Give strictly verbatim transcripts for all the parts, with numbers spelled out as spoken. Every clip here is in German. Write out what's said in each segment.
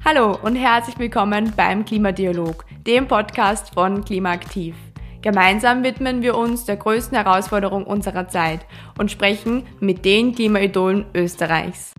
Hallo und herzlich willkommen beim Klimadialog, dem Podcast von Klimaaktiv. Gemeinsam widmen wir uns der größten Herausforderung unserer Zeit und sprechen mit den Klimaidolen Österreichs.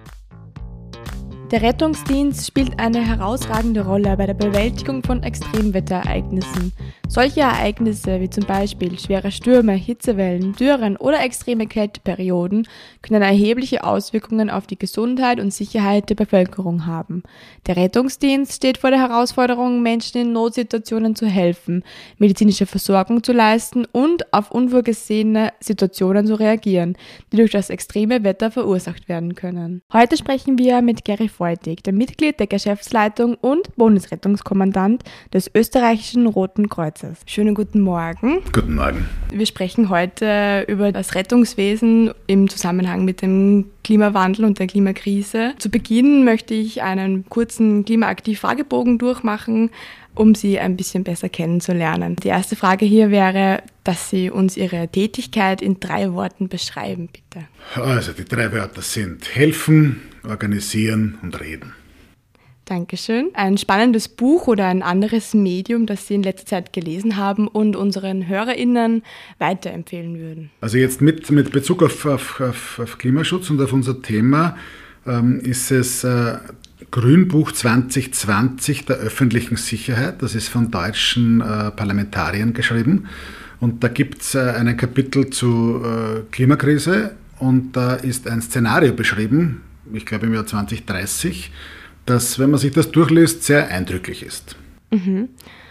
Der Rettungsdienst spielt eine herausragende Rolle bei der Bewältigung von Extremwetterereignissen. Solche Ereignisse wie zum Beispiel schwere Stürme, Hitzewellen, Dürren oder extreme Kälteperioden können erhebliche Auswirkungen auf die Gesundheit und Sicherheit der Bevölkerung haben. Der Rettungsdienst steht vor der Herausforderung, Menschen in Notsituationen zu helfen, medizinische Versorgung zu leisten und auf unvorgesehene Situationen zu reagieren, die durch das extreme Wetter verursacht werden können. Heute sprechen wir mit Gary Feutig, der Mitglied der Geschäftsleitung und Bundesrettungskommandant des österreichischen Roten Kreuzes. Schönen guten Morgen. Guten Morgen. Wir sprechen heute über das Rettungswesen im Zusammenhang mit dem Klimawandel und der Klimakrise. Zu Beginn möchte ich einen kurzen Klimaaktiv-Fragebogen durchmachen, um Sie ein bisschen besser kennenzulernen. Die erste Frage hier wäre, dass Sie uns Ihre Tätigkeit in drei Worten beschreiben, bitte. Also die drei Wörter sind helfen, organisieren und reden. Dankeschön. Ein spannendes Buch oder ein anderes Medium, das Sie in letzter Zeit gelesen haben und unseren HörerInnen weiterempfehlen würden? Also jetzt mit, mit Bezug auf, auf, auf, auf Klimaschutz und auf unser Thema ähm, ist es äh, Grünbuch zwanzig zwanzig der öffentlichen Sicherheit. Das ist von deutschen äh, Parlamentariern geschrieben. Und da gibt es äh, ein Kapitel zu äh, Klimakrise und da ist ein Szenario beschrieben, ich glaube im Jahr zwanzig dreißig, das, wenn man sich das durchliest, sehr eindrücklich ist. Mhm.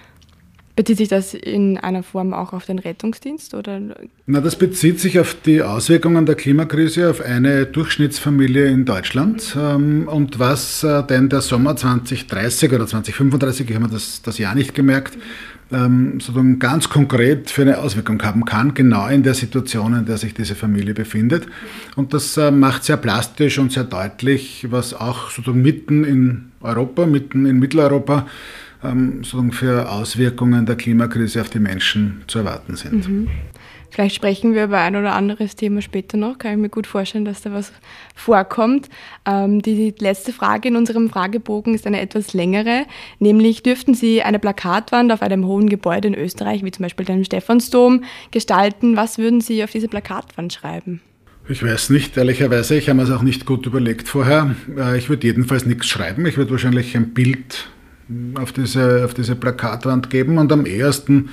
Bezieht sich das in einer Form auch auf den Rettungsdienst? Oder? Na, das bezieht sich auf die Auswirkungen der Klimakrise auf eine Durchschnittsfamilie in Deutschland. Ähm, und was äh, denn der Sommer zwanzig dreißig oder zwanzig fünfunddreißig, ich habe mir das, das Jahr nicht gemerkt, ähm, sozusagen ganz konkret für eine Auswirkung haben kann, genau in der Situation, in der sich diese Familie befindet. Und das äh, macht sehr plastisch und sehr deutlich, was auch sozusagen mitten in Europa, mitten in Mitteleuropa, ähm, sozusagen für Auswirkungen der Klimakrise auf die Menschen zu erwarten sind. Mhm. Vielleicht sprechen wir über ein oder anderes Thema später noch. Kann ich mir gut vorstellen, dass da was vorkommt. Ähm, die letzte Frage in unserem Fragebogen ist eine etwas längere, nämlich dürften Sie eine Plakatwand auf einem hohen Gebäude in Österreich, wie zum Beispiel dem Stephansdom, gestalten? Was würden Sie auf diese Plakatwand schreiben? Ich weiß nicht, ehrlicherweise. Ich habe mir es auch nicht gut überlegt vorher. Ich würde jedenfalls nichts schreiben. Ich würde wahrscheinlich ein Bild auf diese, auf diese Plakatwand geben und am ehesten,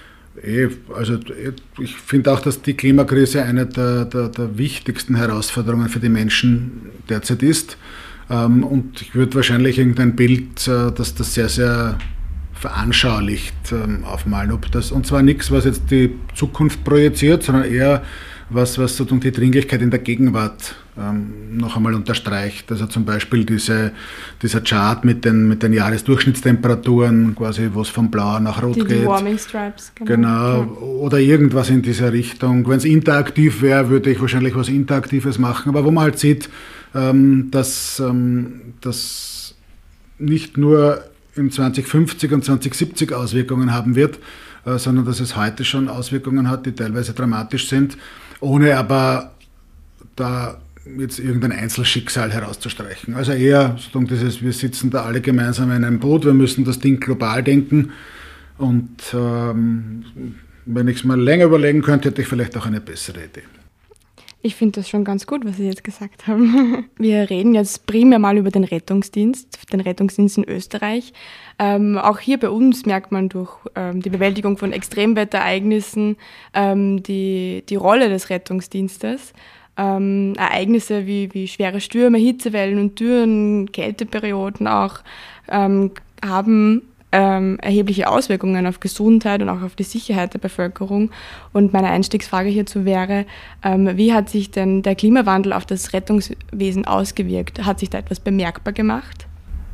also ich finde auch, dass die Klimakrise eine der, der, der wichtigsten Herausforderungen für die Menschen derzeit ist. Und ich würde wahrscheinlich irgendein Bild, das das sehr, sehr veranschaulicht aufmalen. Ob das, und zwar nichts, was jetzt die Zukunft projiziert, sondern eher was, was sozusagen die Dringlichkeit in der Gegenwart ähm, noch einmal unterstreicht. Also zum Beispiel diese, dieser Chart mit den, mit den Jahresdurchschnittstemperaturen, quasi wo es von blau nach rot die, geht. Die Warming Stripes. Genau, genau. Oder irgendwas in dieser Richtung. Wenn es interaktiv wäre, würde ich wahrscheinlich was Interaktives machen. Aber wo man halt sieht, ähm, dass ähm, das nicht nur in zwanzig fünfzig und zwanzig siebzig Auswirkungen haben wird, äh, sondern dass es heute schon Auswirkungen hat, die teilweise dramatisch sind, ohne aber da jetzt irgendein Einzelschicksal herauszustreichen. Also eher sozusagen dieses, wir sitzen da alle gemeinsam in einem Boot, wir müssen das Ding global denken und ähm, wenn ich es mal länger überlegen könnte, hätte ich vielleicht auch eine bessere Idee. Ich finde das schon ganz gut, was Sie jetzt gesagt haben. Wir reden jetzt primär mal über den Rettungsdienst, den Rettungsdienst in Österreich. Ähm, auch hier bei uns merkt man durch ähm, die Bewältigung von Extremwetterereignissen ähm, die, die Rolle des Rettungsdienstes. Ähm, Ereignisse wie, wie schwere Stürme, Hitzewellen und Dürren, Kälteperioden auch ähm, haben Ähm, erhebliche Auswirkungen auf Gesundheit und auch auf die Sicherheit der Bevölkerung. Und meine Einstiegsfrage hierzu wäre, ähm, wie hat sich denn der Klimawandel auf das Rettungswesen ausgewirkt? Hat sich da etwas bemerkbar gemacht?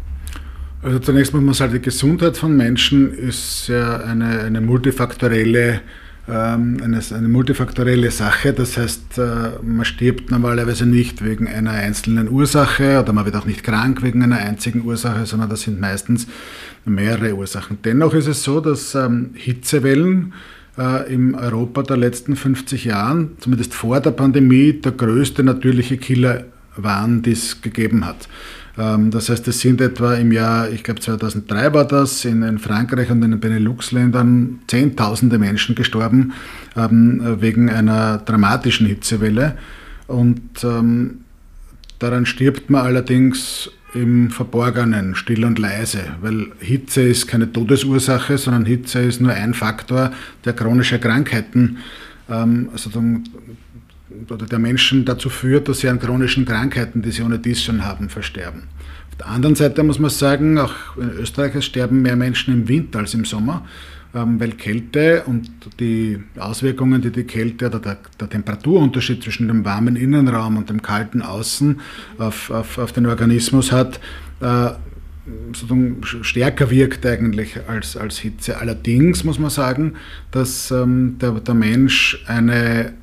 Also zunächst muss man sagen, die Gesundheit von Menschen ist ja eine, eine multifaktorielle Eine, eine multifaktorielle Sache, das heißt, man stirbt normalerweise nicht wegen einer einzelnen Ursache oder man wird auch nicht krank wegen einer einzigen Ursache, sondern das sind meistens mehrere Ursachen. Dennoch ist es so, dass Hitzewellen im Europa der letzten fünfzig Jahren, zumindest vor der Pandemie, der größte natürliche Killer waren, die es gegeben hat. Das heißt, es sind etwa im Jahr, ich glaube zweitausenddrei war das, in, in Frankreich und in den Benelux-Ländern Zehntausende Menschen gestorben ähm, wegen einer dramatischen Hitzewelle. Und ähm, daran stirbt man allerdings im Verborgenen, still und leise, weil Hitze ist keine Todesursache, sondern Hitze ist nur ein Faktor, der chronische Krankheiten ähm, also oder der Menschen dazu führt, dass sie an chronischen Krankheiten, die sie ohne dies schon haben, versterben. Auf der anderen Seite muss man sagen, auch in Österreich sterben mehr Menschen im Winter als im Sommer, ähm, weil Kälte und die Auswirkungen, die die Kälte oder der, der Temperaturunterschied zwischen dem warmen Innenraum und dem kalten Außen auf, auf, auf den Organismus hat, äh, sozusagen stärker wirkt eigentlich als, als Hitze. Allerdings muss man sagen, dass ähm, der, der Mensch eine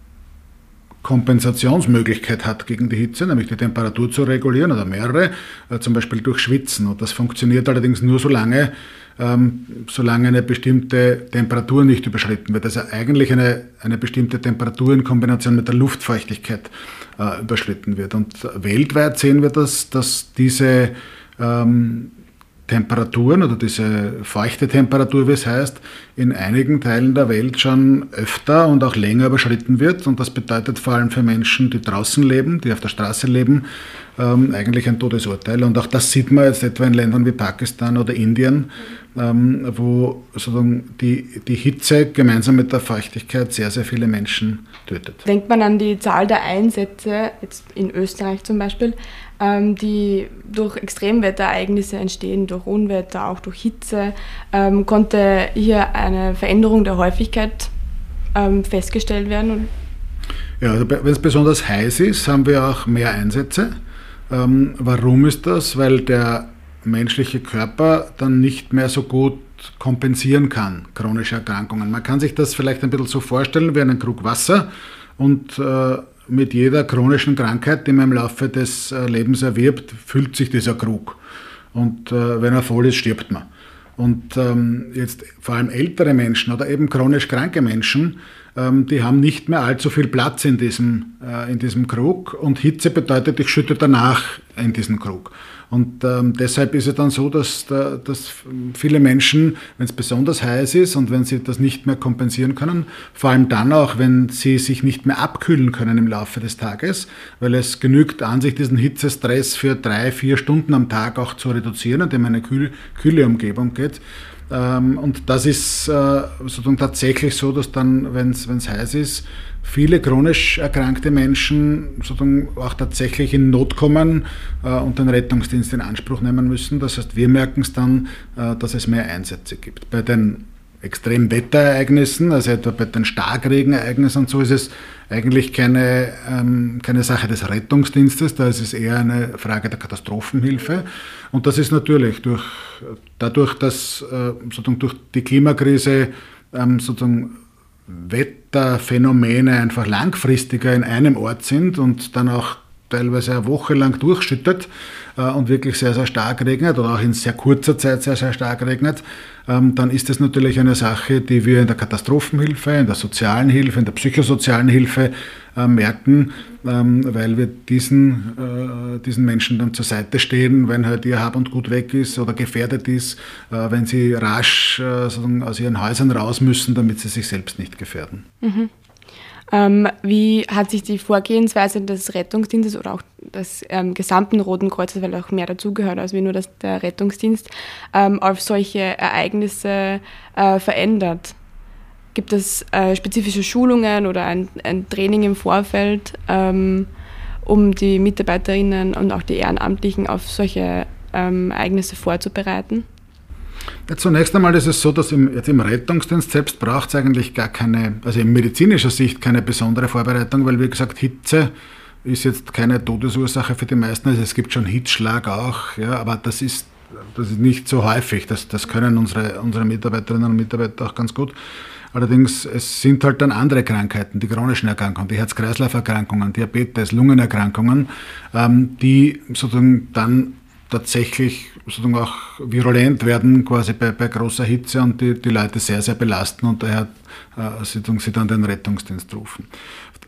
Kompensationsmöglichkeit hat gegen die Hitze, nämlich die Temperatur zu regulieren oder mehrere, äh, zum Beispiel durch Schwitzen. Und das funktioniert allerdings nur so lange, ähm, solange eine bestimmte Temperatur nicht überschritten wird. Also eigentlich eine, eine bestimmte Temperatur in Kombination mit der Luftfeuchtigkeit äh, überschritten wird. Und weltweit sehen wir das, dass diese ähm, Temperaturen oder diese feuchte Temperatur, wie es heißt, in einigen Teilen der Welt schon öfter und auch länger überschritten wird. Und das bedeutet vor allem für Menschen, die draußen leben, die auf der Straße leben, ähm, eigentlich ein Todesurteil. Und auch das sieht man jetzt etwa in Ländern wie Pakistan oder Indien, ähm, wo sozusagen die, die Hitze gemeinsam mit der Feuchtigkeit sehr, sehr viele Menschen tötet. Denkt man an die Zahl der Einsätze, jetzt in Österreich zum Beispiel, die durch Extremwetterereignisse entstehen, durch Unwetter, auch durch Hitze, ähm, konnte hier eine Veränderung der Häufigkeit ähm, festgestellt werden? Ja, also wenn es besonders heiß ist, haben wir auch mehr Einsätze. Ähm, warum ist das? Weil der menschliche Körper dann nicht mehr so gut kompensieren kann, chronische Erkrankungen. Man kann sich das vielleicht ein bisschen so vorstellen wie einen Krug Wasser und äh, mit jeder chronischen Krankheit, die man im Laufe des Lebens erwirbt, füllt sich dieser Krug. Und äh, wenn er voll ist, stirbt man. Und ähm, jetzt vor allem ältere Menschen oder eben chronisch kranke Menschen, ähm, die haben nicht mehr allzu viel Platz in diesem, äh, in diesem Krug. Und Hitze bedeutet, ich schütte danach in diesen Krug. Und ähm, deshalb ist es dann so, dass, dass viele Menschen, wenn es besonders heiß ist und wenn sie das nicht mehr kompensieren können, vor allem dann auch, wenn sie sich nicht mehr abkühlen können im Laufe des Tages, weil es genügt an sich, diesen Hitzestress für drei, vier Stunden am Tag auch zu reduzieren, indem eine kühl, kühle Umgebung geht. Ähm, und das ist äh, sozusagen tatsächlich so, dass dann, wenn es heiß ist, viele chronisch erkrankte Menschen sozusagen auch tatsächlich in Not kommen äh, und den Rettungsdienst in Anspruch nehmen müssen. Das heißt, wir merken es dann, äh, dass es mehr Einsätze gibt. Bei den Extremwetterereignissen, also etwa bei den Starkregenereignissen und so, ist es eigentlich keine, ähm, keine Sache des Rettungsdienstes, da ist es eher eine Frage der Katastrophenhilfe. Und das ist natürlich durch, dadurch, dass äh, sozusagen durch die Klimakrise ähm, sozusagen Wetterphänomene einfach langfristiger in einem Ort sind und dann auch teilweise eine Woche lang durchschüttet äh, und wirklich sehr, sehr stark regnet oder auch in sehr kurzer Zeit sehr, sehr stark regnet, ähm, dann ist das natürlich eine Sache, die wir in der Katastrophenhilfe, in der sozialen Hilfe, in der psychosozialen Hilfe äh, merken, ähm, weil wir diesen, äh, diesen Menschen dann zur Seite stehen, wenn halt ihr Hab und Gut weg ist oder gefährdet ist, äh, wenn sie rasch äh, sozusagen aus ihren Häusern raus müssen, damit sie sich selbst nicht gefährden. Mhm. Ähm, wie hat sich die Vorgehensweise des Rettungsdienstes oder auch des ähm, gesamten Roten Kreuzes, weil auch mehr dazugehört als wie nur das, der Rettungsdienst, ähm, auf solche Ereignisse äh, verändert? Gibt es äh, spezifische Schulungen oder ein, ein Training im Vorfeld, ähm, um die Mitarbeiterinnen und auch die Ehrenamtlichen auf solche ähm, Ereignisse vorzubereiten? Ja, zunächst einmal ist es so, dass im, jetzt im Rettungsdienst selbst braucht es eigentlich gar keine, also in medizinischer Sicht keine besondere Vorbereitung, weil wie gesagt, Hitze ist jetzt keine Todesursache für die meisten. Also es gibt schon Hitzschlag auch, ja, aber das ist, das ist nicht so häufig. Das, das können unsere, unsere Mitarbeiterinnen und Mitarbeiter auch ganz gut. Allerdings, es sind halt dann andere Krankheiten, die chronischen Erkrankungen, die Herz-Kreislauf-Erkrankungen, Diabetes, Lungenerkrankungen, ähm, die sozusagen dann tatsächlich sozusagen auch virulent werden, quasi bei, bei großer Hitze und die, die Leute sehr, sehr belasten und daher äh, sie, sie dann den Rettungsdienst rufen.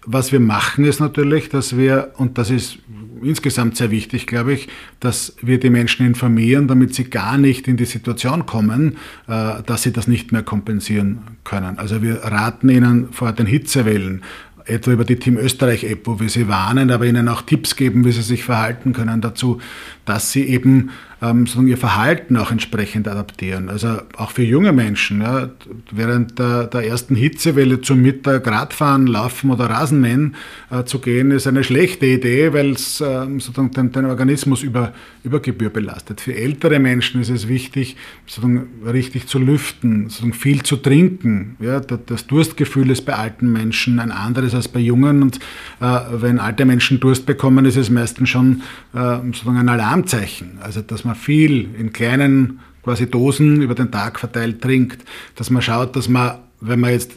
was wir machen, ist natürlich, dass wir, und das ist insgesamt sehr wichtig, glaube ich, dass wir die Menschen informieren, damit sie gar nicht in die Situation kommen, dass sie das nicht mehr kompensieren können. Also wir raten ihnen vor den Hitzewellen, etwa über die Team Österreich-App, wo wir sie warnen, aber ihnen auch Tipps geben, wie sie sich verhalten können dazu, dass sie eben ähm, so ihr Verhalten auch entsprechend adaptieren. Also auch für junge Menschen, ja, während der, der ersten Hitzewelle zum Mittag Radfahren, Laufen oder Rasenmähen äh, zu gehen, ist eine schlechte Idee, weil es äh, sozusagen den, den Organismus über, über Gebühr belastet. Für ältere Menschen ist es wichtig, sozusagen richtig zu lüften, sozusagen viel zu trinken. Ja, das Durstgefühl ist bei alten Menschen ein anderes als bei Jungen, und äh, wenn alte Menschen Durst bekommen, ist es meistens schon äh, sozusagen ein Alarmzeichen. Also dass man viel in kleinen quasi Dosen über den Tag verteilt trinkt, dass man schaut, dass man, wenn man jetzt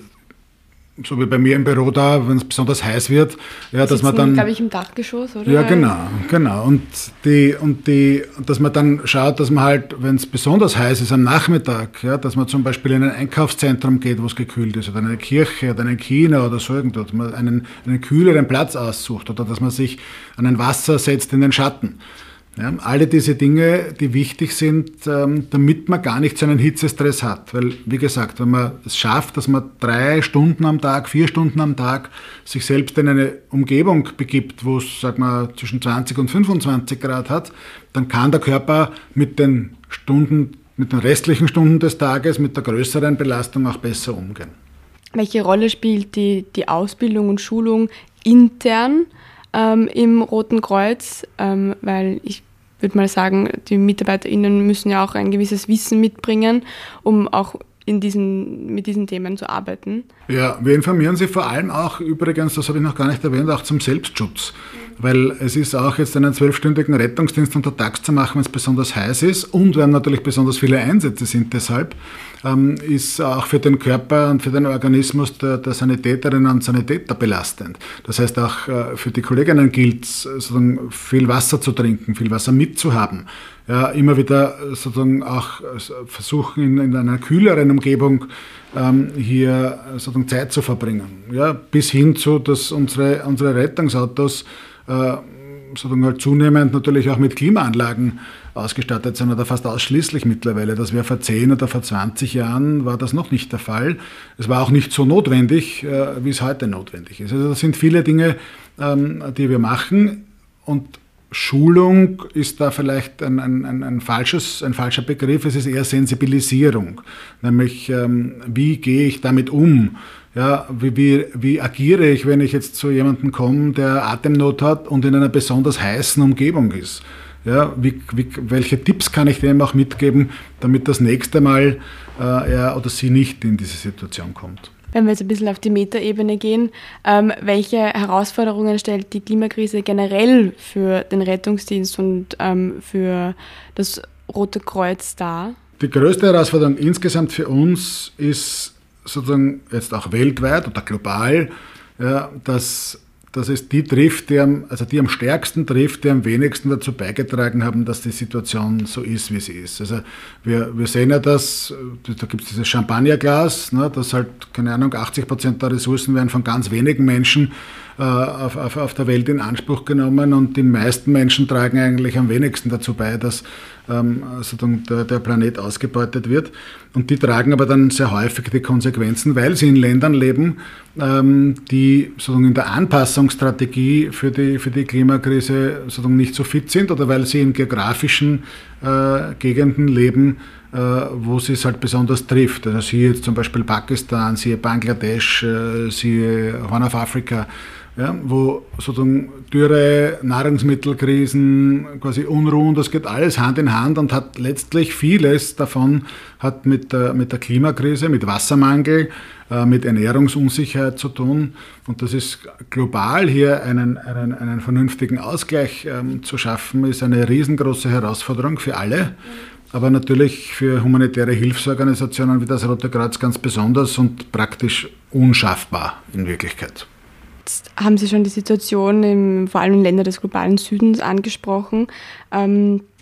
so wie bei mir im Büro da, wenn es besonders heiß wird, ja, dass man dann, glaube ich, im Dachgeschoss, oder? Ja, genau, genau. Und die und die, dass man dann schaut, dass man halt, wenn es besonders heiß ist am Nachmittag, ja, dass man zum Beispiel in ein Einkaufszentrum geht, wo es gekühlt ist, oder in eine Kirche oder in ein Kino oder so irgendwo, dass man einen, einen kühleren Platz aussucht, oder dass man sich an ein Wasser setzt in den Schatten. Ja, alle diese Dinge, die wichtig sind, ähm, damit man gar nicht so einen Hitzestress hat. Weil, wie gesagt, wenn man es schafft, dass man drei Stunden am Tag, vier Stunden am Tag sich selbst in eine Umgebung begibt, wo es, sag mal, zwischen zwanzig und fünfundzwanzig Grad hat, dann kann der Körper mit den Stunden, mit den restlichen Stunden des Tages, mit der größeren Belastung auch besser umgehen. Welche Rolle spielt die, die Ausbildung und Schulung intern ähm, im Roten Kreuz? Ähm, weil ich würde mal sagen, die MitarbeiterInnen müssen ja auch ein gewisses Wissen mitbringen, um auch in diesen, mit diesen Themen zu arbeiten. Ja, wir informieren sie vor allem auch, übrigens, das habe ich noch gar nicht erwähnt, auch zum Selbstschutz. Weil es ist auch jetzt einen zwölfstündigen Rettungsdienst untertags zu machen, wenn es besonders heiß ist, und wenn natürlich besonders viele Einsätze sind deshalb, ähm, ist auch für den Körper und für den Organismus der, der Sanitäterinnen und Sanitäter belastend. Das heißt, auch äh, für die Kolleginnen gilt es, sozusagen viel Wasser zu trinken, viel Wasser mitzuhaben. Ja, immer wieder sozusagen auch versuchen, in, in einer kühleren Umgebung ähm, hier sozusagen Zeit zu verbringen. Ja, bis hin zu, dass unsere, unsere Rettungsautos äh, sozusagen halt zunehmend natürlich auch mit Klimaanlagen ausgestattet sind, oder fast ausschließlich mittlerweile. Das wäre vor zehn oder vor zwanzig Jahren war das noch nicht der Fall. Es war auch nicht so notwendig, äh, wie es heute notwendig ist. Also das sind viele Dinge, ähm, die wir machen, und Schulung ist da vielleicht ein, ein, ein, falsches, ein falscher Begriff, es ist eher Sensibilisierung, nämlich ähm, wie gehe ich damit um, ja, wie, wie, wie agiere ich, wenn ich jetzt zu jemandem komme, der Atemnot hat und in einer besonders heißen Umgebung ist. Ja, wie, wie, welche Tipps kann ich dem auch mitgeben, damit das nächste Mal äh, er oder sie nicht in diese Situation kommt. Wenn wir jetzt ein bisschen auf die Metaebene gehen, ähm, welche Herausforderungen stellt die Klimakrise generell für den Rettungsdienst und ähm, für das Rote Kreuz dar? Die größte Herausforderung insgesamt für uns ist sozusagen jetzt auch weltweit oder global, ja, dass, dass es die trifft, die am, also die am stärksten trifft, die am wenigsten dazu beigetragen haben, dass die Situation so ist, wie sie ist. Also wir, wir sehen ja das, da gibt es dieses Champagnerglas, ne, das halt, keine Ahnung, achtzig Prozent der Ressourcen werden von ganz wenigen Menschen äh, auf, auf, auf der Welt in Anspruch genommen, und die meisten Menschen tragen eigentlich am wenigsten dazu bei, dass ähm, sozusagen der, der Planet ausgebeutet wird. Und die tragen aber dann sehr häufig die Konsequenzen, weil sie in Ländern leben, ähm, die sozusagen in der Anpassungsstrategie für die, für die Klimakrise sozusagen nicht so fit sind, oder weil sie in geografischen äh, Gegenden leben, äh, wo sie es halt besonders trifft. Also siehe jetzt zum Beispiel Pakistan, siehe Bangladesch, äh, siehe Horn of Africa, ja, wo sozusagen Dürre, Nahrungsmittelkrisen, quasi Unruhen, das geht alles Hand in Hand und hat letztlich vieles davon hat mit der, mit der Klimakrise, mit Wassermangel, äh, mit Ernährungsunsicherheit zu tun. Und das ist global hier einen, einen, einen vernünftigen Ausgleich ähm, zu schaffen, ist eine riesengroße Herausforderung für alle. Aber natürlich für humanitäre Hilfsorganisationen wie das Rote Kreuz ganz besonders und praktisch unschaffbar in Wirklichkeit. Jetzt haben Sie schon die Situation im, vor allem in Ländern des globalen Südens angesprochen. Ähm,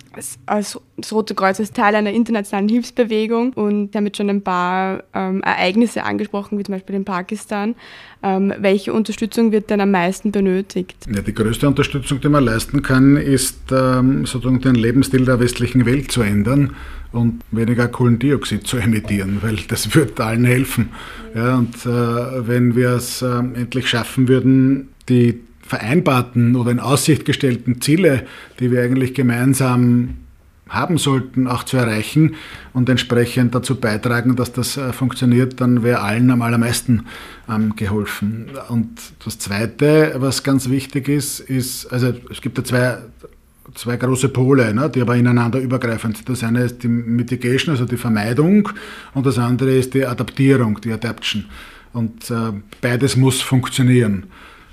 als das Rote Kreuz als Teil einer internationalen Hilfsbewegung und damit schon ein paar ähm, Ereignisse angesprochen, wie zum Beispiel in Pakistan. Ähm, welche Unterstützung wird denn am meisten benötigt? Ja, die größte Unterstützung, die man leisten kann, ist ähm, sozusagen den Lebensstil der westlichen Welt zu ändern und weniger Kohlendioxid zu emittieren, weil das wird allen helfen. Ja, und äh, wenn wir es äh, endlich schaffen würden, die vereinbarten oder in Aussicht gestellten Ziele, die wir eigentlich gemeinsam haben sollten, auch zu erreichen und entsprechend dazu beitragen, dass das äh, funktioniert, dann wäre allen am allermeisten ähm, geholfen. Und das Zweite, was ganz wichtig ist, ist, also es gibt ja zwei, zwei große Pole, ne, die aber ineinander übergreifend sind. Das eine ist die Mitigation, also die Vermeidung, und das andere ist die Adaptierung, die Adaption. Und äh, beides muss funktionieren.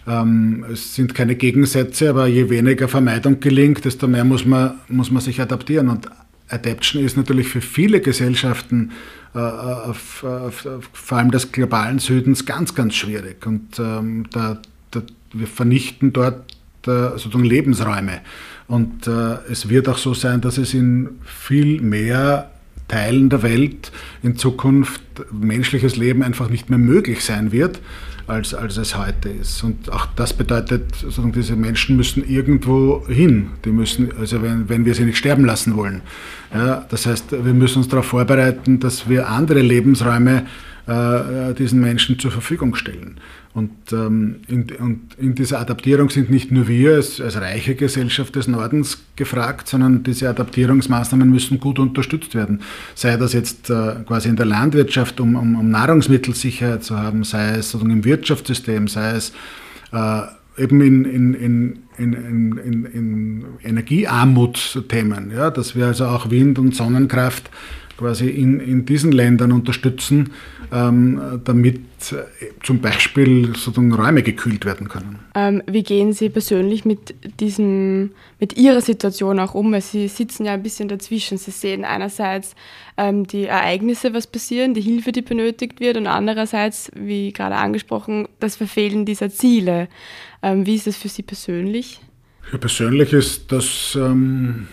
Es sind keine Gegensätze, aber je weniger Vermeidung gelingt, desto mehr muss man, muss man sich adaptieren. Und Adaption ist natürlich für viele Gesellschaften, äh, auf, auf, auf, vor allem des globalen Südens, ganz, ganz schwierig. Und ähm, da, da, wir vernichten dort äh, sozusagen Lebensräume. Und äh, es wird auch so sein, dass es in viel mehr Teilen der Welt in Zukunft menschliches Leben einfach nicht mehr möglich sein wird, als, als es heute ist. Und auch das bedeutet, sozusagen, diese Menschen müssen irgendwo hin. Die müssen, also wenn, wenn wir sie nicht sterben lassen wollen. Ja, das heißt, wir müssen uns darauf vorbereiten, dass wir andere Lebensräume äh, diesen Menschen zur Verfügung stellen. Und, ähm, in, und in dieser Adaptierung sind nicht nur wir als, als reiche Gesellschaft des Nordens gefragt, sondern diese Adaptierungsmaßnahmen müssen gut unterstützt werden. Sei das jetzt äh, quasi in der Landwirtschaft, um, um, um Nahrungsmittelsicherheit zu haben, sei es sozusagen im Wirtschaftssystem, sei es äh, eben in, in, in, in, in, in Energiearmutsthemen, ja, dass wir also auch Wind- und Sonnenkraft quasi in, in diesen Ländern unterstützen, ähm, damit äh, zum Beispiel sozusagen Räume gekühlt werden können. Ähm, wie gehen Sie persönlich mit diesem, mit Ihrer Situation auch um? Weil Sie sitzen ja ein bisschen dazwischen. Sie sehen einerseits ähm, die Ereignisse, was passieren, die Hilfe, die benötigt wird, und andererseits, wie gerade angesprochen, das Verfehlen dieser Ziele. Ähm, wie ist das für Sie persönlich? Für persönlich ist das ähm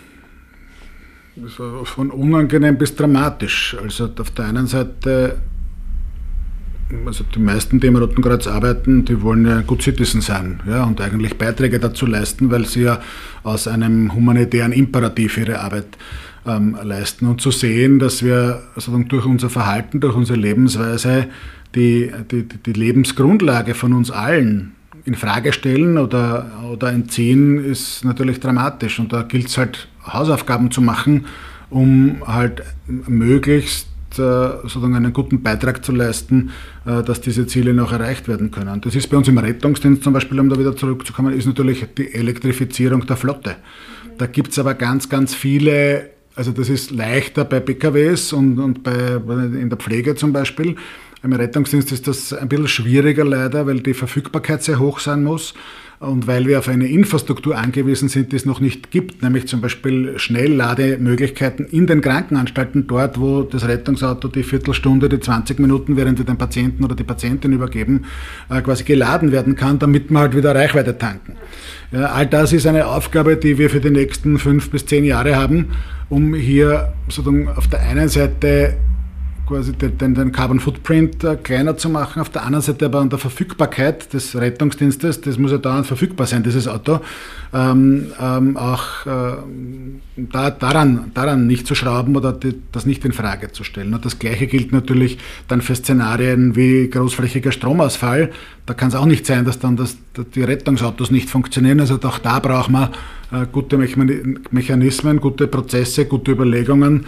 von unangenehm bis dramatisch. Also auf der einen Seite, also die meisten, die im Roten Kreuz arbeiten, die wollen ja Good Citizen sein, ja, und eigentlich Beiträge dazu leisten, weil sie ja aus einem humanitären Imperativ ihre Arbeit ähm, leisten. Und zu sehen, dass wir sozusagen durch unser Verhalten, durch unsere Lebensweise die, die, die Lebensgrundlage von uns allen in Frage stellen oder, oder entziehen, ist natürlich dramatisch. Und da gilt es halt, Hausaufgaben zu machen, um halt möglichst äh, sozusagen einen guten Beitrag zu leisten, äh, dass diese Ziele noch erreicht werden können. Das ist bei uns im Rettungsdienst zum Beispiel, um da wieder zurückzukommen, ist natürlich die Elektrifizierung der Flotte. Da gibt es aber ganz, ganz viele, also das ist leichter bei P K Ws und, und bei, in der Pflege zum Beispiel. Im Rettungsdienst ist das ein bisschen schwieriger leider, weil die Verfügbarkeit sehr hoch sein muss und weil wir auf eine Infrastruktur angewiesen sind, die es noch nicht gibt, nämlich zum Beispiel Schnelllademöglichkeiten in den Krankenanstalten, dort wo das Rettungsauto die Viertelstunde, die zwanzig Minuten, während wir den Patienten oder die Patientin übergeben, quasi geladen werden kann, damit wir halt wieder Reichweite tanken. Ja, all das ist eine Aufgabe, die wir für die nächsten fünf bis zehn Jahre haben, um hier sozusagen auf der einen Seite quasi den, den Carbon Footprint äh, kleiner zu machen, auf der anderen Seite aber an der Verfügbarkeit des Rettungsdienstes, das muss ja dauernd verfügbar sein, dieses Auto, ähm, ähm, auch äh, da, daran, daran nicht zu schrauben oder die, das nicht in Frage zu stellen. Und das Gleiche gilt natürlich dann für Szenarien wie großflächiger Stromausfall. Da kann es auch nicht sein, dass dann das, die Rettungsautos nicht funktionieren. Also auch da braucht man äh, gute Mechanismen, gute Prozesse, gute Überlegungen,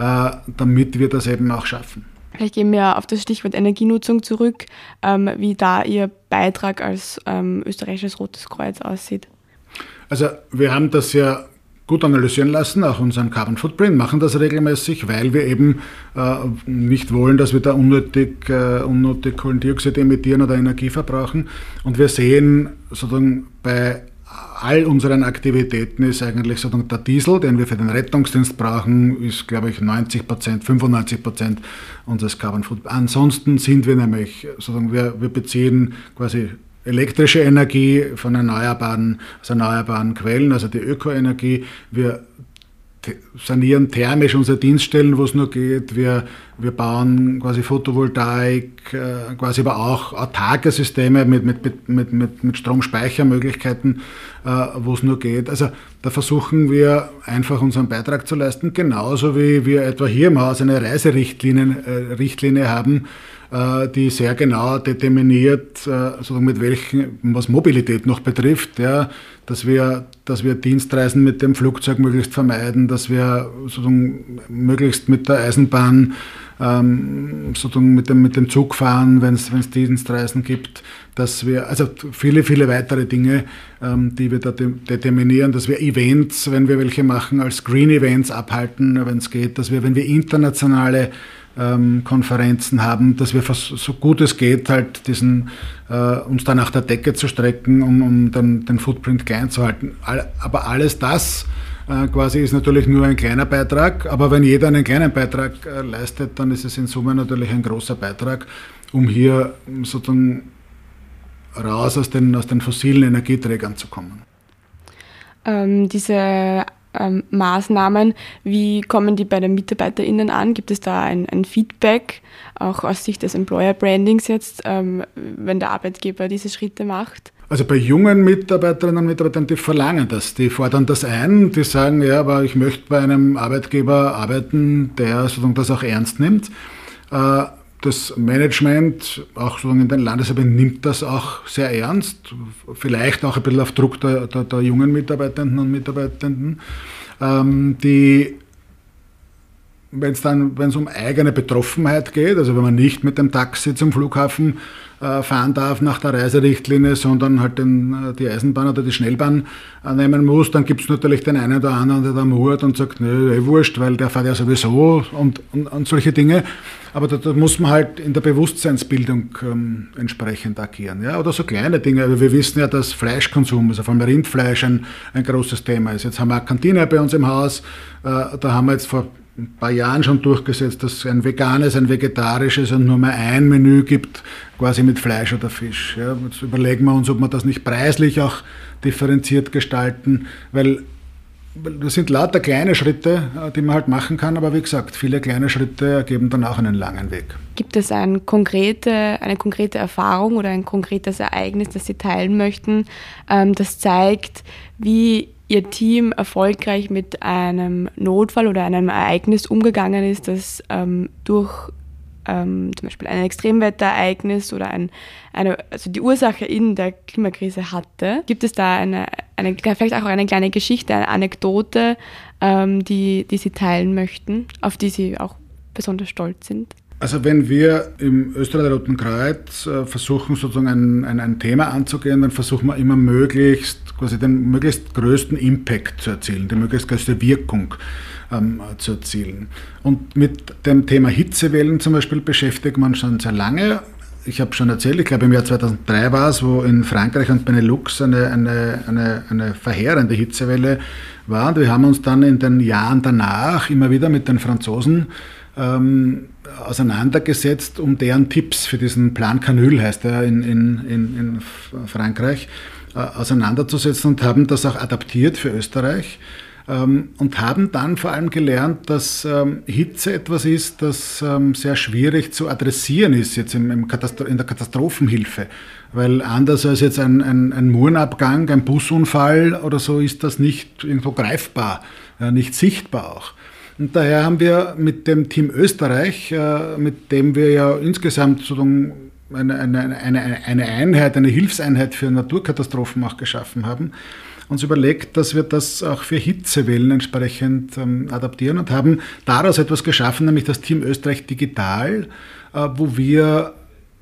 damit wir das eben auch schaffen. Vielleicht gehen wir auf das Stichwort Energienutzung zurück, ähm, wie da Ihr Beitrag als ähm, österreichisches Rotes Kreuz aussieht. Also wir haben das ja gut analysieren lassen, auch unseren Carbon Footprint, machen das regelmäßig, weil wir eben äh, nicht wollen, dass wir da unnötig, äh, unnötig Kohlendioxid emittieren oder Energie verbrauchen. Und wir sehen sozusagen bei all unseren Aktivitäten ist eigentlich sozusagen der Diesel, den wir für den Rettungsdienst brauchen, ist, glaube ich, neunzig Prozent, fünfundneunzig Prozent unseres Carbon Footprints. Ansonsten sind wir nämlich, sozusagen, wir, wir beziehen quasi elektrische Energie von erneuerbaren, aus erneuerbaren Quellen, also die Ökoenergie. Wir sanieren thermisch unsere Dienststellen, wo es nur geht. Wir, wir bauen quasi Photovoltaik, äh, quasi aber auch autarke Systeme mit, mit, mit, mit, mit Stromspeichermöglichkeiten, äh, wo es nur geht. Also da versuchen wir einfach unseren Beitrag zu leisten, genauso wie wir etwa hier im Haus eine Reiserichtlinie äh, Richtlinie haben, äh, die sehr genau determiniert, äh, sozusagen mit welchen, was Mobilität noch betrifft, ja, dass wir, dass wir Dienstreisen mit dem Flugzeug möglichst vermeiden, dass wir sozusagen möglichst mit der Eisenbahn, ähm, sozusagen mit dem, mit dem Zug fahren, wenn es Dienstreisen gibt, dass wir, also viele, viele weitere Dinge, ähm, die wir da de- determinieren, dass wir Events, wenn wir welche machen, als Green Events abhalten, wenn es geht, dass wir, wenn wir internationale ähm, Konferenzen haben, dass wir vers- so gut es geht, halt diesen, äh, uns dann nach der Decke zu strecken, um, um dann den Footprint klein zu halten. All, aber alles das äh, quasi ist natürlich nur ein kleiner Beitrag, aber wenn jeder einen kleinen Beitrag äh, leistet, dann ist es in Summe natürlich ein großer Beitrag, um hier sozusagen raus aus den, aus den fossilen Energieträgern zu kommen. Ähm, diese ähm, Maßnahmen, wie kommen die bei den MitarbeiterInnen an? Gibt es da ein, ein Feedback, auch aus Sicht des Employer Brandings jetzt, ähm, wenn der Arbeitgeber diese Schritte macht? Also bei jungen Mitarbeiterinnen und Mitarbeitern, die verlangen das, die fordern das ein, die sagen, ja, aber ich möchte bei einem Arbeitgeber arbeiten, der sozusagen das auch ernst nimmt. Äh, Das Management, auch sozusagen in den Landesverbänden, nimmt das auch sehr ernst, vielleicht auch ein bisschen auf Druck der, der, der jungen Mitarbeitenden und Mitarbeitenden, ähm, die, wenn es dann, wenn es um eigene Betroffenheit geht, also wenn man nicht mit dem Taxi zum Flughafen äh, fahren darf nach der Reiserichtlinie, sondern halt den, die Eisenbahn oder die Schnellbahn äh, nehmen muss, dann gibt es natürlich den einen oder anderen, der da murrt und sagt, nö, eh wurscht, weil der fährt ja sowieso und, und, und solche Dinge. Aber da, da muss man halt in der Bewusstseinsbildung ähm, entsprechend agieren. Ja? Oder so kleine Dinge. Also wir wissen ja, dass Fleischkonsum, also vor allem Rindfleisch, ein, ein großes Thema ist. Jetzt haben wir eine Kantine bei uns im Haus. Äh, da haben wir jetzt vor ein paar Jahren schon durchgesetzt, dass es ein veganes, ein vegetarisches und nur mehr ein Menü gibt, quasi mit Fleisch oder Fisch. Ja? Jetzt überlegen wir uns, ob wir das nicht preislich auch differenziert gestalten, weil das sind lauter kleine Schritte, die man halt machen kann, aber wie gesagt, viele kleine Schritte ergeben dann auch einen langen Weg. Gibt es ein konkrete, eine konkrete Erfahrung oder ein konkretes Ereignis, das Sie teilen möchten, das zeigt, wie Ihr Team erfolgreich mit einem Notfall oder einem Ereignis umgegangen ist, das ähm, durch ähm, zum Beispiel ein Extremwetterereignis oder ein, eine, also die Ursache in der Klimakrise hatte? Gibt es da eine, eine vielleicht auch eine kleine Geschichte, eine Anekdote, ähm, die, die Sie teilen möchten, auf die Sie auch besonders stolz sind? Also wenn wir im Österreicher Roten Kreuz äh, versuchen, sozusagen ein, ein, ein Thema anzugehen, dann versuchen wir immer möglichst, quasi den möglichst größten Impact zu erzielen, die möglichst größte Wirkung ähm, zu erzielen. Und mit dem Thema Hitzewellen zum Beispiel beschäftigt man schon sehr lange. Ich habe schon erzählt, ich glaube im Jahr zweitausenddrei war es, wo in Frankreich und Benelux eine, eine, eine, eine verheerende Hitzewelle war. Und wir haben uns dann in den Jahren danach immer wieder mit den Franzosen ähm, auseinandergesetzt, um deren Tipps für diesen Plan Canul, heißt er in, in, in, in Frankreich, äh, auseinanderzusetzen und haben das auch adaptiert für Österreich ähm, und haben dann vor allem gelernt, dass ähm, Hitze etwas ist, das ähm, sehr schwierig zu adressieren ist jetzt im, im Katastro- in der Katastrophenhilfe, weil anders als jetzt ein, ein, ein Murenabgang, ein Busunfall oder so ist das nicht irgendwo greifbar, ja, nicht sichtbar auch. Und daher haben wir mit dem Team Österreich, mit dem wir ja insgesamt sozusagen eine, eine, eine, eine Einheit, eine Hilfseinheit für Naturkatastrophen auch geschaffen haben, uns überlegt, dass wir das auch für Hitzewellen entsprechend ähm, adaptieren und haben daraus etwas geschaffen, nämlich das Team Österreich Digital, äh, wo wir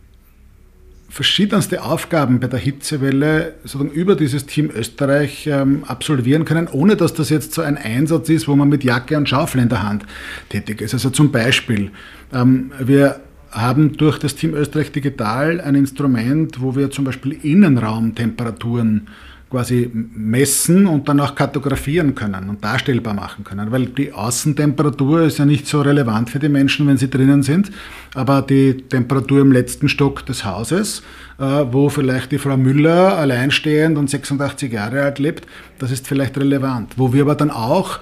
verschiedenste Aufgaben bei der Hitzewelle sozusagen über dieses Team Österreich ähm, absolvieren können, ohne dass das jetzt so ein Einsatz ist, wo man mit Jacke und Schaufel in der Hand tätig ist. Also zum Beispiel, ähm, wir haben durch das Team Österreich Digital ein Instrument, wo wir zum Beispiel Innenraumtemperaturen quasi messen und dann auch kartografieren können und darstellbar machen können, weil die Außentemperatur ist ja nicht so relevant für die Menschen, wenn sie drinnen sind, aber die Temperatur im letzten Stock des Hauses, äh, wo vielleicht die Frau Müller alleinstehend und sechsundachtzig Jahre alt lebt, das ist vielleicht relevant. Wo wir aber dann auch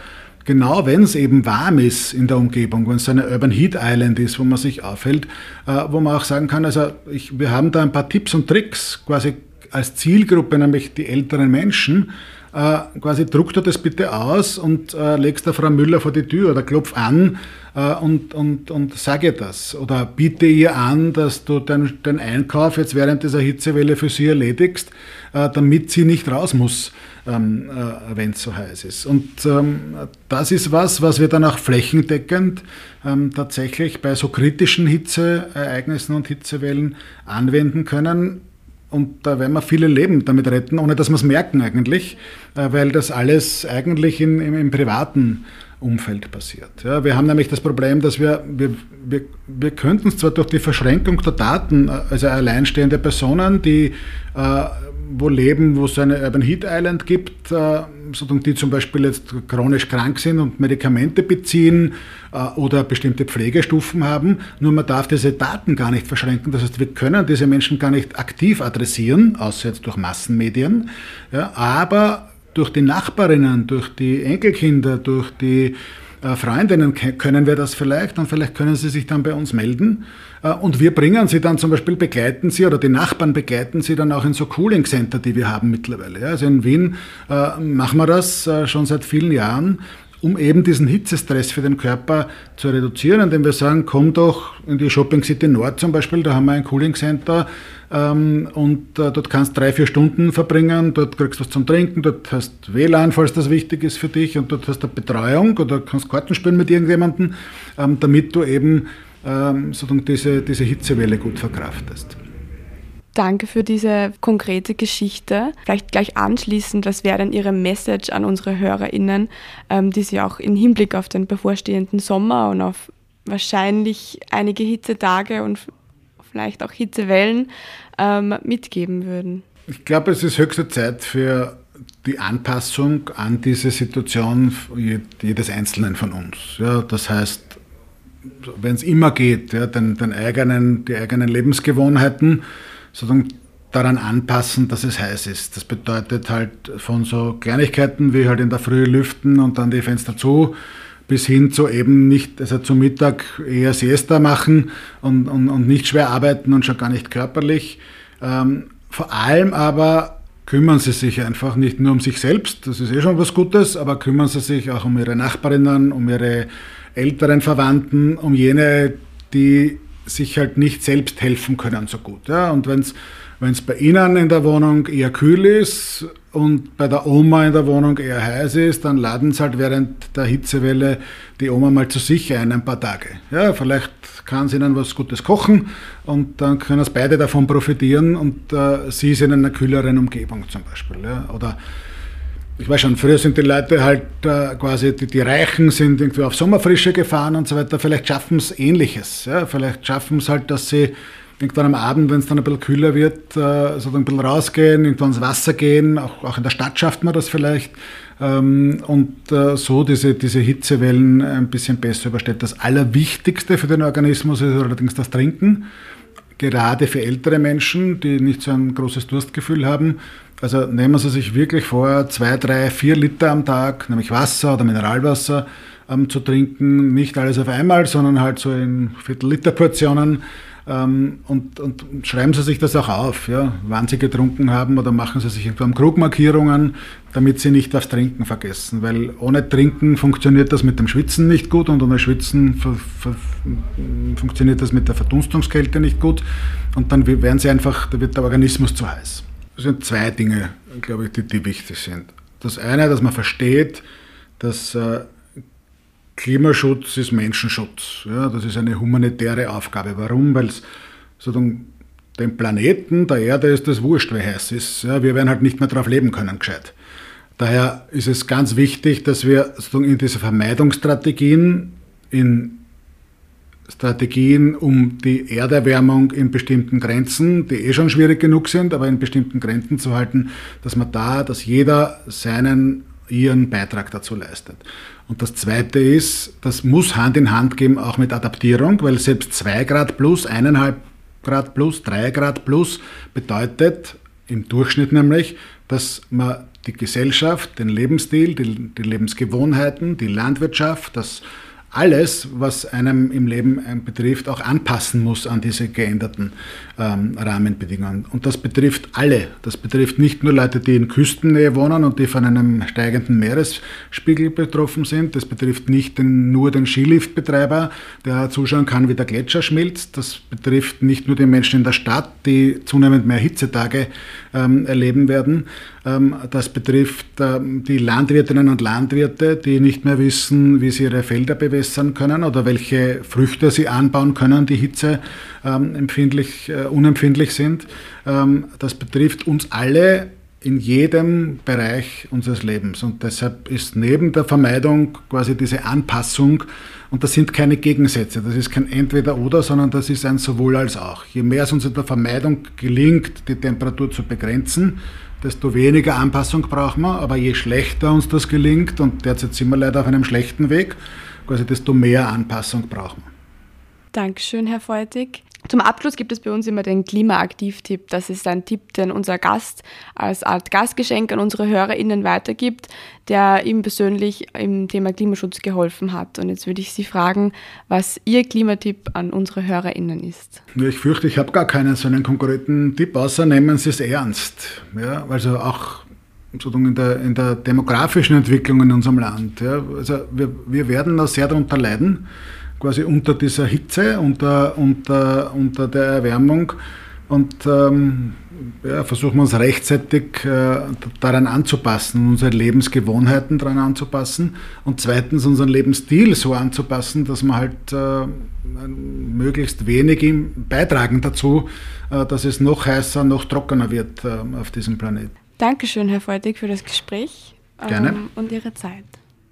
genau wenn es eben warm ist in der Umgebung, wenn es so eine Urban Heat Island ist, wo man sich aufhält, äh, wo man auch sagen kann, also ich, wir haben da ein paar Tipps und Tricks quasi als Zielgruppe, nämlich die älteren Menschen, äh, quasi druck dir das bitte aus und äh, legst der Frau Müller vor die Tür oder klopf an äh, und, und, und sag ihr das. Oder biete ihr an, dass du den, den Einkauf jetzt während dieser Hitzewelle für sie erledigst, äh, damit sie nicht raus muss, ähm, äh, wenn es so heiß ist. Und ähm, das ist was, was wir dann auch flächendeckend ähm, tatsächlich bei so kritischen Hitzeereignissen und Hitzewellen anwenden können. Und da werden wir viele Leben damit retten, ohne dass wir es merken eigentlich, weil das alles eigentlich in, im, im privaten Umfeld passiert. Ja, wir haben nämlich das Problem, dass wir, wir, wir, wir könnten es zwar durch die Verschränkung der Daten, also alleinstehende Personen, die äh, wo leben, wo es eine Urban Heat Island gibt, äh, die zum Beispiel jetzt chronisch krank sind und Medikamente beziehen äh, oder bestimmte Pflegestufen haben. Nur man darf diese Daten gar nicht verschränken. Das heißt, wir können diese Menschen gar nicht aktiv adressieren, außer jetzt durch Massenmedien. Ja, aber durch die Nachbarinnen, durch die Enkelkinder, durch die äh, Freundinnen können wir das vielleicht und vielleicht können sie sich dann bei uns melden. Und wir bringen sie dann zum Beispiel, begleiten sie oder die Nachbarn begleiten sie dann auch in so Cooling Center, die wir haben mittlerweile. Also in Wien äh, machen wir das äh, schon seit vielen Jahren, um eben diesen Hitzestress für den Körper zu reduzieren, indem wir sagen, komm doch in die Shopping City Nord zum Beispiel, da haben wir ein Cooling Center ähm, und äh, dort kannst du drei, vier Stunden verbringen, dort kriegst du was zum Trinken, dort hast W L A N, falls das wichtig ist für dich, und dort hast du Betreuung oder kannst Karten spielen mit irgendjemandem, ähm, damit du eben ähm, sozusagen diese, diese Hitzewelle gut verkraftest. Danke für diese konkrete Geschichte. Vielleicht gleich anschließend, was wäre denn Ihre Message an unsere HörerInnen, ähm, die Sie auch im Hinblick auf den bevorstehenden Sommer und auf wahrscheinlich einige Hitzetage und vielleicht auch Hitzewellen ähm, mitgeben würden? Ich glaube, es ist höchste Zeit für die Anpassung an diese Situation jedes Einzelnen von uns. Ja, das heißt, wenn es immer geht, ja, den, den eigenen, die eigenen Lebensgewohnheiten sozusagen daran anpassen, dass es heiß ist. Das bedeutet halt von so Kleinigkeiten wie halt in der Früh lüften und dann die Fenster zu, bis hin zu eben nicht, also zum Mittag eher Siesta machen und, und, und nicht schwer arbeiten und schon gar nicht körperlich. Ähm, vor allem aber kümmern Sie sich einfach nicht nur um sich selbst, das ist eh schon was Gutes, aber kümmern Sie sich auch um Ihre Nachbarinnen, um Ihre älteren Verwandten, um jene, die sich halt nicht selbst helfen können so gut. Ja? Und wenn es bei Ihnen in der Wohnung eher kühl ist und bei der Oma in der Wohnung eher heiß ist, dann laden Sie halt während der Hitzewelle die Oma mal zu sich ein, ein paar Tage. Ja, vielleicht kann sie Ihnen was Gutes kochen und dann können es beide davon profitieren und äh, Sie sind in einer kühleren Umgebung zum Beispiel. Ja? Oder ich weiß schon, früher sind die Leute halt äh, quasi, die, die Reichen sind irgendwie auf Sommerfrische gefahren und so weiter. Vielleicht schaffen es Ähnliches. Ja? Vielleicht schaffen es halt, dass sie irgendwann am Abend, wenn es dann ein bisschen kühler wird, äh, so ein bisschen rausgehen, irgendwann ins Wasser gehen. Auch, auch in der Stadt schafft man das vielleicht. Ähm, und äh, so diese, diese Hitzewellen ein bisschen besser übersteht. Das Allerwichtigste für den Organismus ist allerdings das Trinken. Gerade für ältere Menschen, die nicht so ein großes Durstgefühl haben. Also nehmen Sie sich wirklich vor, zwei, drei, vier Liter am Tag, nämlich Wasser oder Mineralwasser ähm, zu trinken. Nicht alles auf einmal, sondern halt so in Viertel-Liter-Portionen. Ähm, und, und schreiben Sie sich das auch auf, ja, wann Sie getrunken haben, oder machen Sie sich irgendwo am Krug Markierungen, damit Sie nicht das Trinken vergessen. Weil ohne Trinken funktioniert das mit dem Schwitzen nicht gut und ohne Schwitzen ver, ver, funktioniert das mit der Verdunstungskälte nicht gut. Und dann werden Sie einfach, da wird der Organismus zu heiß. Das sind zwei Dinge, glaube ich, die, die wichtig sind. Das eine, dass man versteht, dass äh, Klimaschutz ist Menschenschutz. Ja, das ist eine humanitäre Aufgabe. Warum? Weil es sozusagen dem Planeten, der Erde, ist das wurscht, wie heiß es ist. Ja, wir werden halt nicht mehr drauf leben können, gescheit. Daher ist es ganz wichtig, dass wir sozusagen in diese Vermeidungsstrategien, in Strategien, um die Erderwärmung in bestimmten Grenzen, die eh schon schwierig genug sind, aber in bestimmten Grenzen zu halten, dass man da, dass jeder seinen, ihren Beitrag dazu leistet. Und das Zweite ist, das muss Hand in Hand gehen, auch mit Adaptierung, weil selbst zwei Grad plus, eineinhalb Grad plus, drei Grad plus bedeutet im Durchschnitt nämlich, dass man die Gesellschaft, den Lebensstil, die, die Lebensgewohnheiten, die Landwirtschaft, das alles, was einem im Leben betrifft, auch anpassen muss an diese geänderten ähm, Rahmenbedingungen. Und das betrifft alle. Das betrifft nicht nur Leute, die in Küstennähe wohnen und die von einem steigenden Meeresspiegel betroffen sind. Das betrifft nicht den, nur den Skiliftbetreiber, der zuschauen kann, wie der Gletscher schmilzt. Das betrifft nicht nur die Menschen in der Stadt, die zunehmend mehr Hitzetage ähm, erleben werden. Ähm, das betrifft ähm, die Landwirtinnen und Landwirte, die nicht mehr wissen, wie sie ihre Felder bewässern können oder welche Früchte sie anbauen können, die Hitze ähm, empfindlich, äh, unempfindlich sind. Ähm, das betrifft uns alle in jedem Bereich unseres Lebens. Und deshalb ist neben der Vermeidung quasi diese Anpassung, und das sind keine Gegensätze, das ist kein Entweder-Oder, sondern das ist ein Sowohl als auch. Je mehr es uns in der Vermeidung gelingt, die Temperatur zu begrenzen, desto weniger Anpassung brauchen wir, aber je schlechter uns das gelingt, und derzeit sind wir leider auf einem schlechten Weg, quasi desto mehr Anpassung brauchen wir. Dankeschön, Herr Feutig. Zum Abschluss gibt es bei uns immer den Klimaaktiv-Tipp. Das ist ein Tipp, den unser Gast als Art Gastgeschenk an unsere HörerInnen weitergibt, der ihm persönlich im Thema Klimaschutz geholfen hat. Und jetzt würde ich Sie fragen, was Ihr Klimatipp an unsere HörerInnen ist. Ich fürchte, ich habe gar keinen so einen konkreten Tipp, außer nehmen Sie es ernst. Ja, also auch in der, in der demografischen Entwicklung in unserem Land. Ja, also wir, wir werden da sehr darunter leiden, quasi unter dieser Hitze, unter, unter, unter der Erwärmung, und ähm, ja, versuchen wir uns rechtzeitig äh, daran anzupassen, unsere Lebensgewohnheiten daran anzupassen, und zweitens unseren Lebensstil so anzupassen, dass wir halt äh, möglichst wenig beitragen dazu, äh, dass es noch heißer, noch trockener wird äh, auf diesem Planeten. Dankeschön, Herr Feutig, für das Gespräch Gerne. ähm, und Ihre Zeit.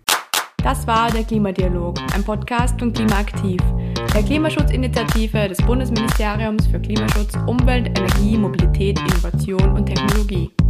Das war der Klimadialog, ein Podcast von Klimaaktiv, der Klimaschutzinitiative des Bundesministeriums für Klimaschutz, Umwelt, Energie, Mobilität, Innovation und Technologie.